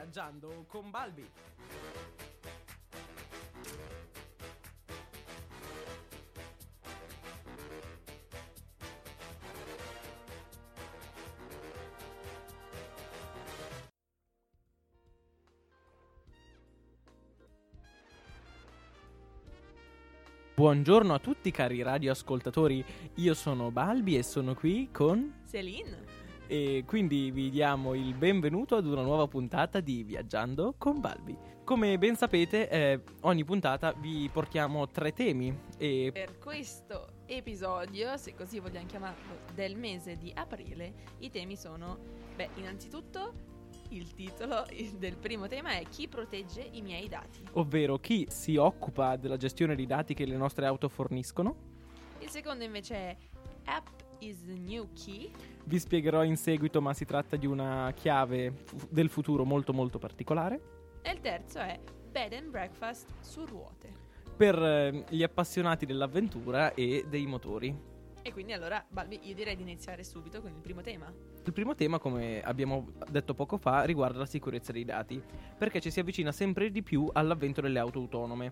Viaggiando con Balbi. Buongiorno a tutti cari radioascoltatori, io sono Balbi e sono qui con Celine. E quindi vi diamo il benvenuto ad una nuova puntata di Viaggiando con Balbi. Come ben sapete, ogni puntata vi portiamo 3 temi e Per questo episodio, se così vogliamo chiamarlo, del mese di aprile, i temi sono, innanzitutto il titolo del primo tema è Chi protegge i miei dati? ovvero chi si occupa della gestione dei dati che le nostre auto forniscono. Il secondo invece è App is the new key. Vi spiegherò in seguito, ma si tratta di una chiave del futuro molto molto particolare. E il terzo è Bed and Breakfast su ruote. Per gli appassionati dell'avventura e dei motori. E quindi allora, Balbi, io direi di iniziare subito con il primo tema. Il primo tema, come abbiamo detto poco fa, riguarda la sicurezza dei dati, perché ci si avvicina sempre di più all'avvento delle auto autonome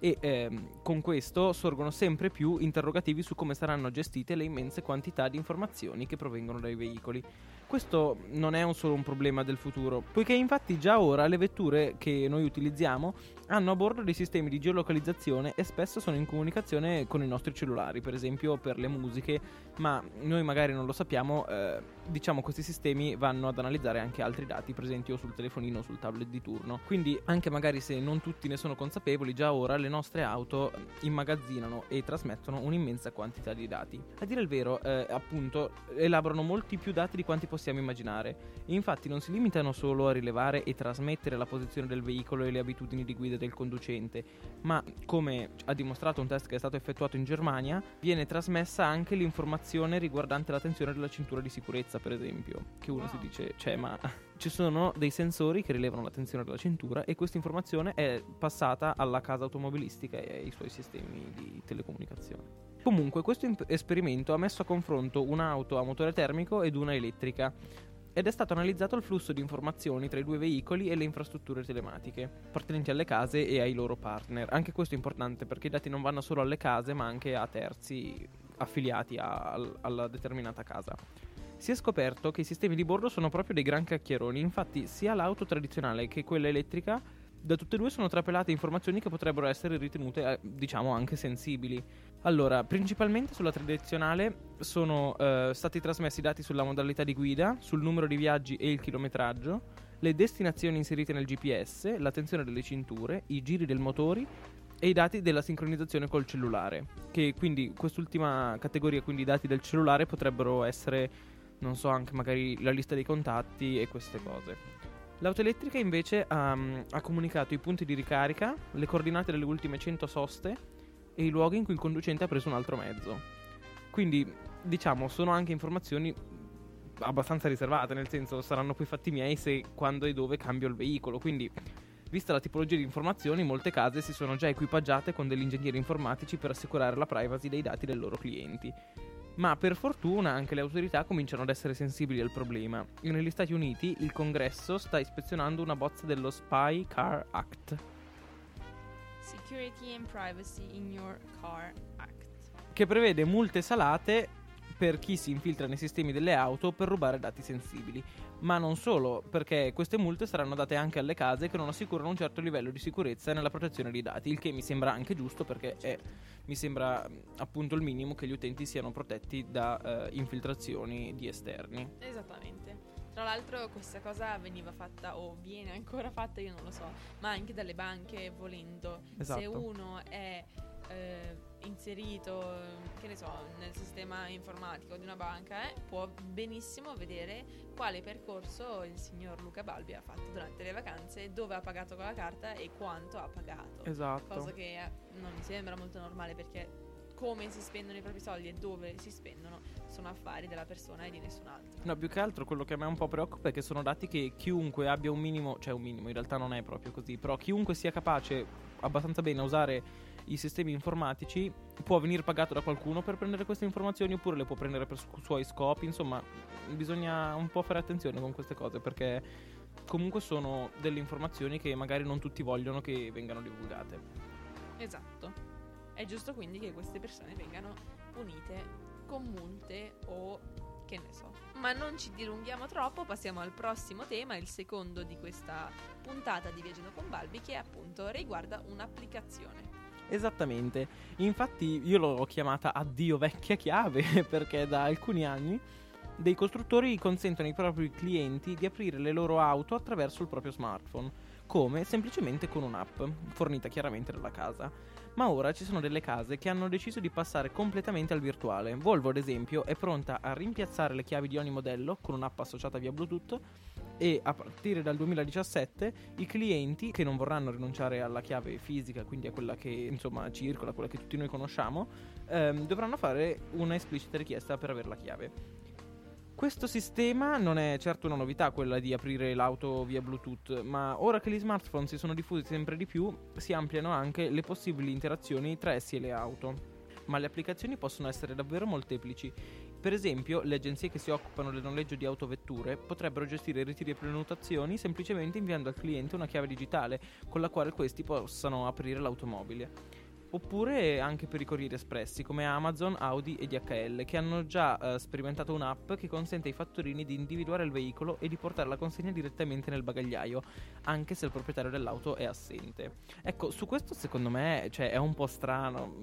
e con questo sorgono sempre più interrogativi su come saranno gestite le immense quantità di informazioni che provengono dai veicoli. Questo non è solo un problema del futuro, poiché infatti già ora le vetture che noi utilizziamo hanno a bordo dei sistemi di geolocalizzazione e spesso sono in comunicazione con i nostri cellulari, per esempio per le musiche, ma noi magari non lo sappiamo, diciamo questi sistemi vanno ad analizzare anche altri dati presenti o sul telefonino o sul tablet di turno. Quindi anche magari se non tutti ne sono consapevoli, già ora le nostre auto immagazzinano e trasmettono un'immensa quantità di dati. A dire il vero, appunto, elaborano molti più dati di quanti possiamo immaginare. E infatti non si limitano solo a rilevare e trasmettere la posizione del veicolo e le abitudini di guida del conducente, ma come ha dimostrato un test che è stato effettuato in Germania, viene trasmessa anche l'informazione riguardante la tensione della cintura di sicurezza, per esempio, che uno si dice, ma ci sono dei sensori che rilevano la tensione della cintura e questa informazione è passata alla casa automobilistica e ai suoi sistemi di telecomunicazione. Comunque questo esperimento ha messo a confronto un'auto a motore termico ed una elettrica ed è stato analizzato il flusso di informazioni tra i due veicoli e le infrastrutture telematiche appartenenti alle case e ai loro partner. Anche questo è importante perché i dati non vanno solo alle case ma anche a terzi affiliati alla determinata casa. Si è scoperto che i sistemi di bordo sono proprio dei gran cacchieroni, infatti sia l'auto tradizionale che quella elettrica da tutte e due sono trapelate informazioni che potrebbero essere ritenute, diciamo, anche sensibili. Allora, principalmente sulla tradizionale sono stati trasmessi dati sulla modalità di guida, sul numero di viaggi e il chilometraggio, le destinazioni inserite nel GPS, la tensione delle cinture, i giri del motore e i dati della sincronizzazione col cellulare. Che quindi quest'ultima categoria, quindi i dati del cellulare, potrebbero essere, non so, anche magari la lista dei contatti e queste cose. L'auto elettrica invece ha comunicato i punti di ricarica, le coordinate delle ultime 100 soste e i luoghi in cui il conducente ha preso un altro mezzo. Quindi, diciamo, sono anche informazioni abbastanza riservate, nel senso saranno poi fatti miei se, quando e dove cambio il veicolo. Quindi, vista la tipologia di informazioni, in molte case si sono già equipaggiate con degli ingegneri informatici per assicurare la privacy dei dati dei loro clienti. Ma per fortuna anche le autorità cominciano ad essere sensibili al problema e negli Stati Uniti il Congresso sta ispezionando una bozza dello Spy Car Act, Security and Privacy in Your Car Act, che prevede multe salate per chi si infiltra nei sistemi delle auto per rubare dati sensibili. Ma non solo, perché queste multe saranno date anche alle case che non assicurano un certo livello di sicurezza nella protezione dei dati, il che mi sembra anche giusto perché mi sembra appunto il minimo che gli utenti siano protetti da infiltrazioni di esterni. Esattamente. Tra l'altro questa cosa veniva fatta o viene ancora fatta, io non lo so, ma anche dalle banche volendo. Esatto. Se uno è inserito, che ne so, nel sistema informatico di una banca, può benissimo vedere quale percorso il signor Luca Balbi ha fatto durante le vacanze, dove ha pagato con la carta e quanto ha pagato. Esatto. Cosa che non mi sembra molto normale, perché come si spendono i propri soldi e dove si spendono sono affari della persona e di nessun altro. No, più che altro quello che a me un po' preoccupa è che sono dati che chiunque abbia un minimo, cioè un minimo, in realtà non è proprio così, però chiunque sia capace abbastanza bene a usare i sistemi informatici può venire pagato da qualcuno per prendere queste informazioni, oppure le può prendere per suoi scopi. Insomma, bisogna un po' fare attenzione con queste cose, perché comunque sono delle informazioni che magari non tutti vogliono che vengano divulgate. Esatto. È giusto quindi che queste persone vengano punite con multe o che ne so. Ma non ci dilunghiamo troppo, passiamo al prossimo tema, il secondo di questa puntata di Viaggiando con Balbi, che appunto riguarda un'applicazione. Esattamente, infatti io l'ho chiamata Addio vecchia chiave perché da alcuni anni dei costruttori consentono ai propri clienti di aprire le loro auto attraverso il proprio smartphone, come semplicemente con un'app, fornita chiaramente dalla casa. Ma ora ci sono delle case che hanno deciso di passare completamente al virtuale. Volvo, ad esempio, è pronta a rimpiazzare le chiavi di ogni modello con un'app associata via Bluetooth e a partire dal 2017 i clienti che non vorranno rinunciare alla chiave fisica, quindi a quella che insomma circola, quella che tutti noi conosciamo, dovranno fare una esplicita richiesta per avere la chiave. Questo sistema non è certo una novità, quella di aprire l'auto via Bluetooth, ma ora che gli smartphone si sono diffusi sempre di più, si ampliano anche le possibili interazioni tra essi e le auto. Ma le applicazioni possono essere davvero molteplici. Per esempio, le agenzie che si occupano del noleggio di autovetture potrebbero gestire ritiri e prenotazioni semplicemente inviando al cliente una chiave digitale con la quale questi possano aprire l'automobile. Oppure anche per i corrieri espressi come Amazon, Audi e DHL, che hanno già sperimentato un'app che consente ai fattorini di individuare il veicolo e di portare la consegna direttamente nel bagagliaio, anche se il proprietario dell'auto è assente. Ecco, su questo secondo me è un po' strano,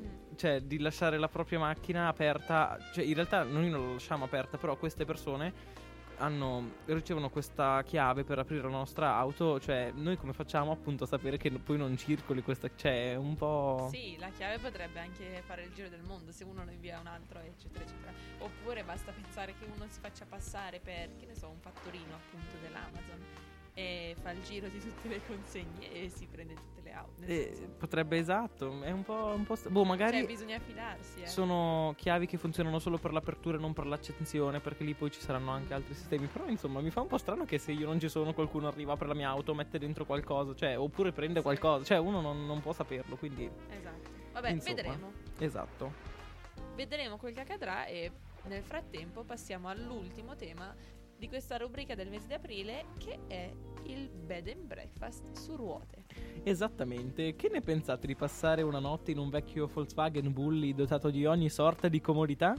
di lasciare la propria macchina aperta, in realtà noi non la lasciamo aperta, però queste persone ricevono questa chiave per aprire la nostra auto, noi come facciamo appunto a sapere che poi non circoli questa, è un po'... Sì, la chiave potrebbe anche fare il giro del mondo se uno ne invia un altro, eccetera eccetera. Oppure basta pensare che uno si faccia passare per, che ne so, un fattorino appunto dell'Amazon e fa il giro di tutte le consegne e si prende tutte le auto. Potrebbe, esatto, è un po' magari bisogna fidarsi. Sono chiavi che funzionano solo per l'apertura e non per l'accensione, perché lì poi ci saranno anche altri sistemi. Però insomma mi fa un po' strano che se io non ci sono, qualcuno arriva, apre la mia auto, mette dentro qualcosa, oppure prende qualcosa, uno non può saperlo, quindi... Esatto. Vabbè, insomma, vedremo. Esatto. Vedremo quel che accadrà e nel frattempo passiamo all'ultimo tema di questa rubrica del mese di aprile, che è il bed and breakfast su ruote. Esattamente. Che ne pensate di passare una notte in un vecchio Volkswagen Bulli dotato di ogni sorta di comodità?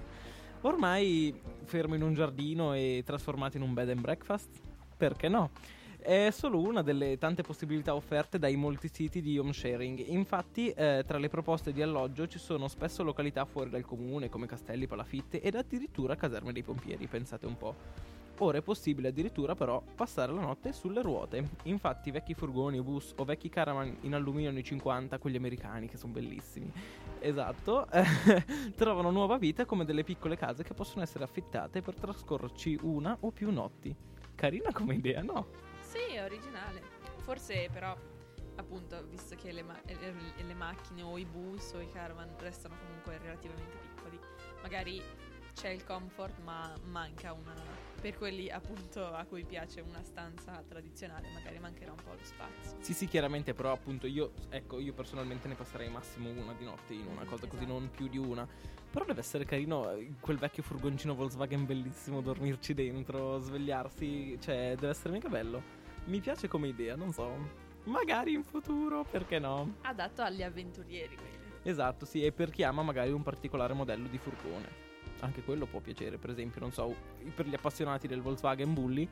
Ormai fermo in un giardino e trasformato in un bed and breakfast? Perché no? È solo una delle tante possibilità offerte dai molti siti di home sharing. Infatti, tra le proposte di alloggio ci sono spesso località fuori dal comune, come castelli, palafitte ed addirittura caserme dei pompieri, pensate un po'. Ora è possibile addirittura però passare la notte sulle ruote. Infatti vecchi furgoni, bus o vecchi caravan in alluminio anni 50, quelli americani che sono bellissimi, esatto, trovano nuova vita come delle piccole case che possono essere affittate per trascorrerci una o più notti. Carina come idea, no? Sì, è originale. Forse però, appunto, visto che le macchine o i bus o i caravan restano comunque relativamente piccoli, magari c'è il comfort ma manca per quelli appunto a cui piace una stanza tradizionale, magari mancherà un po' lo spazio. Sì, chiaramente, però appunto io personalmente ne passerei massimo una di notte in una cosa così, non più di una. Però deve essere carino quel vecchio furgoncino Volkswagen bellissimo, dormirci dentro, svegliarsi, deve essere mega bello. Mi piace come idea, non so, magari in futuro, perché no? Adatto agli avventurieri, quindi. Esatto, sì, e per chi ama magari un particolare modello di furgone. Anche quello può piacere, per esempio, non so, per gli appassionati del Volkswagen Bulli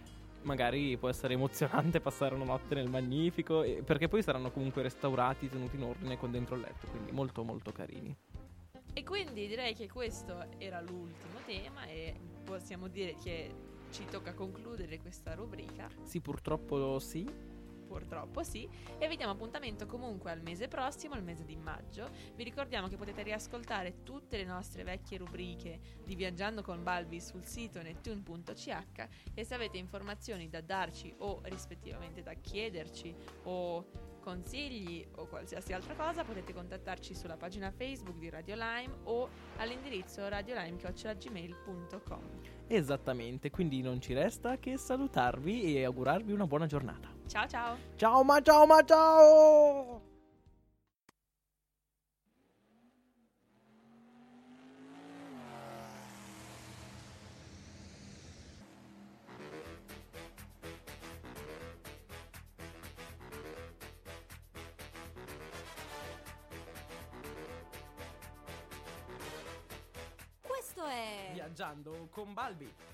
magari può essere emozionante passare una notte nel magnifico, perché poi saranno comunque restaurati, tenuti in ordine con dentro il letto, quindi molto molto carini. E quindi direi che questo era l'ultimo tema e possiamo dire che ci tocca concludere questa rubrica. Sì, purtroppo sì. Purtroppo sì, e vi diamo appuntamento comunque al mese prossimo, al mese di maggio. Vi ricordiamo che potete riascoltare tutte le nostre vecchie rubriche di Viaggiando con Balbi sul sito nettune.ch, e se avete informazioni da darci o rispettivamente da chiederci o consigli o qualsiasi altra cosa, potete contattarci sulla pagina Facebook di Radio Lime o all'indirizzo radiolime@gmail.com. Esattamente, quindi non ci resta che salutarvi e augurarvi una buona giornata. Ciao ciao! Ciao ma ciao ma ciao! Viaggiando con Balbi.